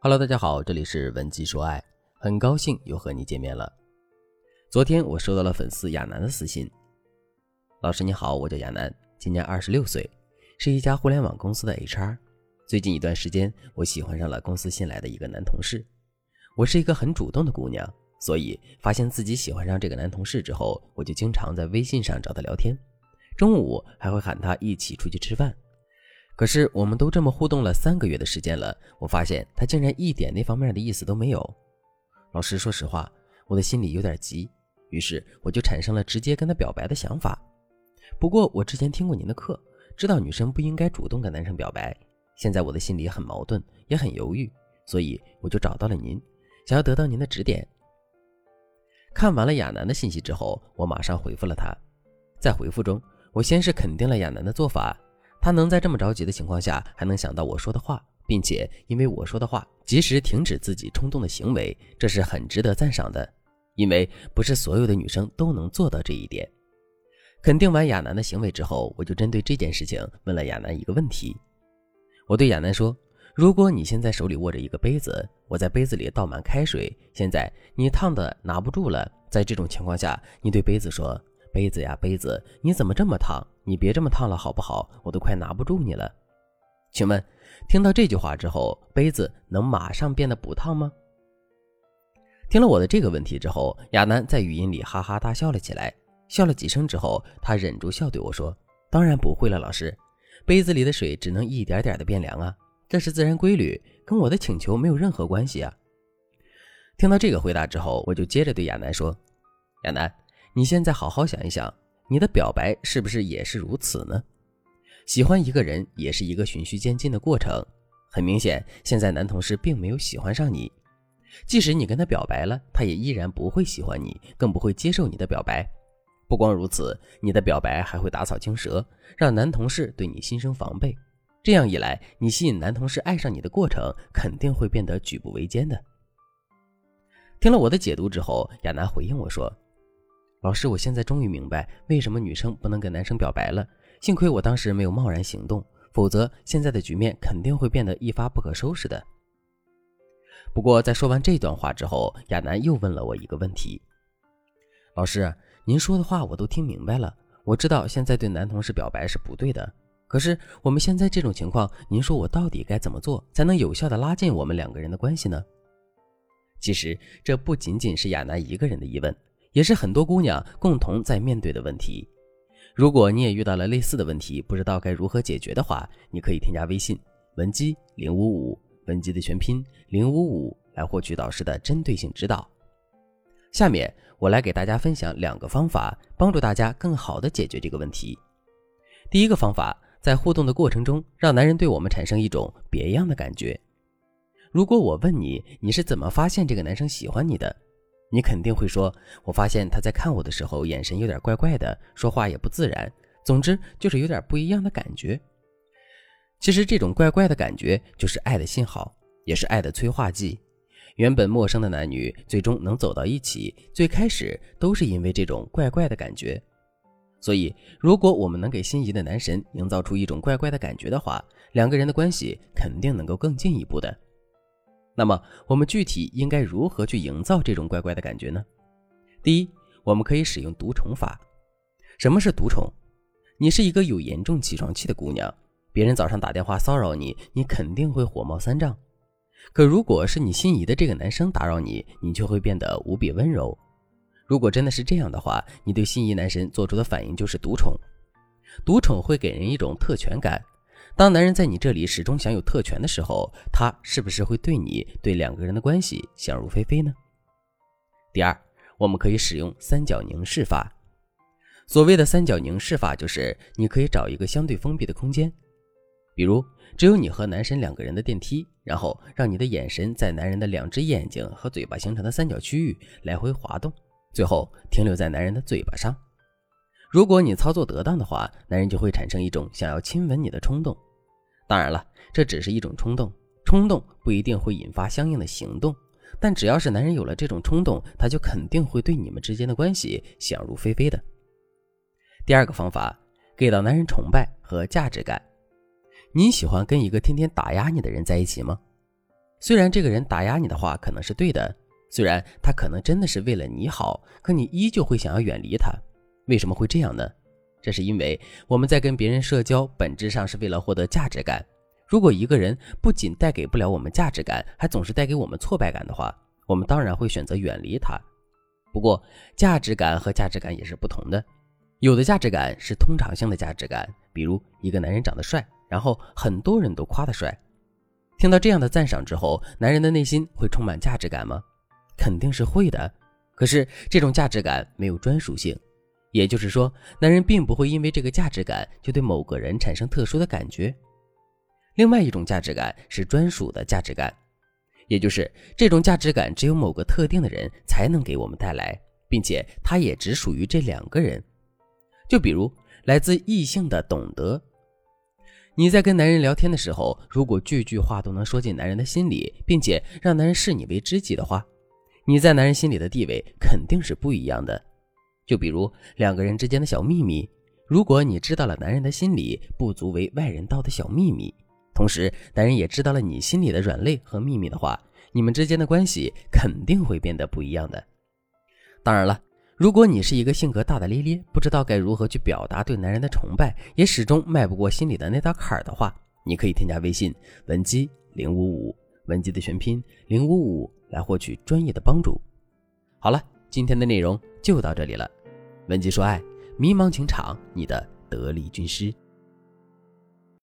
Hello， 大家好，这里是文姬说爱，很高兴又和你见面了。昨天我收到了粉丝亚楠的私信。老师你好，我叫亚楠，今年26岁，是一家互联网公司的 HR。最近一段时间，我喜欢上了公司新来的一个男同事。我是一个很主动的姑娘，所以发现自己喜欢上这个男同事之后，我就经常在微信上找他聊天，中午还会喊他一起出去吃饭。可是我们都这么互动了3个月的时间了，我发现他竟然一点那方面的意思都没有。老师，说实话，我的心里有点急，于是我就产生了直接跟他表白的想法。不过我之前听过您的课，知道女生不应该主动跟男生表白，现在我的心里很矛盾，也很犹豫，所以我就找到了您，想要得到您的指点。看完了亚楠的信息之后，我马上回复了他。在回复中，我先是肯定了亚楠的做法，他能在这么着急的情况下还能想到我说的话，并且因为我说的话及时停止自己冲动的行为，这是很值得赞赏的，因为不是所有的女生都能做到这一点。肯定完亚楠的行为之后，我就针对这件事情问了亚楠一个问题。我对亚楠说，如果你现在手里握着一个杯子，我在杯子里倒满开水，现在你烫的拿不住了，在这种情况下，你对杯子说，杯子呀杯子，你怎么这么烫？你别这么烫了好不好？我都快拿不住你了。请问听到这句话之后，杯子能马上变得不烫吗？听了我的这个问题之后，亚楠在语音里哈哈大笑了起来，笑了几声之后，他忍住笑对我说，当然不会了，老师，杯子里的水只能一点点的变凉啊，这是自然规律，跟我的请求没有任何关系啊。听到这个回答之后，我就接着对亚楠说，亚楠，你现在好好想一想，你的表白是不是也是如此呢？喜欢一个人也是一个循序渐进的过程，很明显现在男同事并没有喜欢上你，即使你跟他表白了，他也依然不会喜欢你，更不会接受你的表白。不光如此，你的表白还会打草惊蛇，让男同事对你心生防备，这样一来，你吸引男同事爱上你的过程肯定会变得举步维艰的。听了我的解读之后，亚楠回应我说，老师，我现在终于明白为什么女生不能跟男生表白了，幸亏我当时没有贸然行动，否则现在的局面肯定会变得一发不可收拾的。不过在说完这段话之后，亚楠又问了我一个问题，老师，您说的话我都听明白了，我知道现在对男同事表白是不对的，可是我们现在这种情况，您说我到底该怎么做才能有效地拉近我们2个人的关系呢？其实这不仅仅是亚楠一个人的疑问，也是很多姑娘共同在面对的问题。如果你也遇到了类似的问题，不知道该如何解决的话，你可以添加微信文姬055，文姬的全拼055，来获取导师的针对性指导。下面我来给大家分享2个方法，帮助大家更好地解决这个问题。第一个方法，在互动的过程中，让男人对我们产生一种别样的感觉。如果我问你，你是怎么发现这个男生喜欢你的？你肯定会说，我发现他在看我的时候眼神有点怪怪的，说话也不自然，总之就是有点不一样的感觉。其实这种怪怪的感觉就是爱的信号，也是爱的催化剂。原本陌生的男女最终能走到一起，最开始都是因为这种怪怪的感觉。所以如果我们能给心仪的男神营造出一种怪怪的感觉的话，2个人的关系肯定能够更进一步的。那么我们具体应该如何去营造这种怪怪的感觉呢？第一，我们可以使用独宠法。什么是独宠？你是一个有严重起床气的姑娘，别人早上打电话骚扰你，你肯定会火冒三丈。可如果是你心仪的这个男生打扰你，你就会变得无比温柔。如果真的是这样的话，你对心仪男神做出的反应就是独宠。独宠会给人一种特权感，当男人在你这里始终享有特权的时候，他是不是会对你对2个人的关系想入非非呢？第二，我们可以使用3角凝视法。所谓的3角凝视法，就是你可以找一个相对封闭的空间，比如只有你和男神2个人的电梯，然后让你的眼神在男人的2只眼睛和嘴巴形成的3角区域来回滑动，最后停留在男人的嘴巴上。如果你操作得当的话，男人就会产生一种想要亲吻你的冲动。当然了，这只是一种冲动，冲动不一定会引发相应的行动，但只要是男人有了这种冲动，他就肯定会对你们之间的关系想入非非的。第二个方法，给到男人崇拜和价值感。你喜欢跟一个天天打压你的人在一起吗？ 虽然这个人打压你的话可能是对的，虽然他可能真的是为了你好，可你依旧会想要远离他。为什么会这样呢？这是因为我们在跟别人社交本质上是为了获得价值感。如果一个人不仅带给不了我们价值感，还总是带给我们挫败感的话，我们当然会选择远离他。不过价值感和价值感也是不同的，有的价值感是通常性的价值感，比如一个男人长得帅，然后很多人都夸他帅。听到这样的赞赏之后，男人的内心会充满价值感吗？肯定是会的。可是这种价值感没有专属性，也就是说，男人并不会因为这个价值感就对某个人产生特殊的感觉。另外一种价值感是专属的价值感，也就是这种价值感只有某个特定的人才能给我们带来，并且它也只属于这2个人。就比如来自异性的懂得。你在跟男人聊天的时候，如果句句话都能说进男人的心里，并且让男人视你为知己的话，你在男人心里的地位肯定是不一样的。就比如2个人之间的小秘密，如果你知道了男人的心里不足为外人道的小秘密，同时男人也知道了你心里的软肋和秘密的话，你们之间的关系肯定会变得不一样的。当然了，如果你是一个性格大大咧咧，不知道该如何去表达对男人的崇拜，也始终迈不过心里的那道坎的话，你可以添加微信文姬055，文姬的全拼055，来获取专业的帮助。好了，今天的内容就到这里了。文姬说爱，迷茫情场，你的得力军师。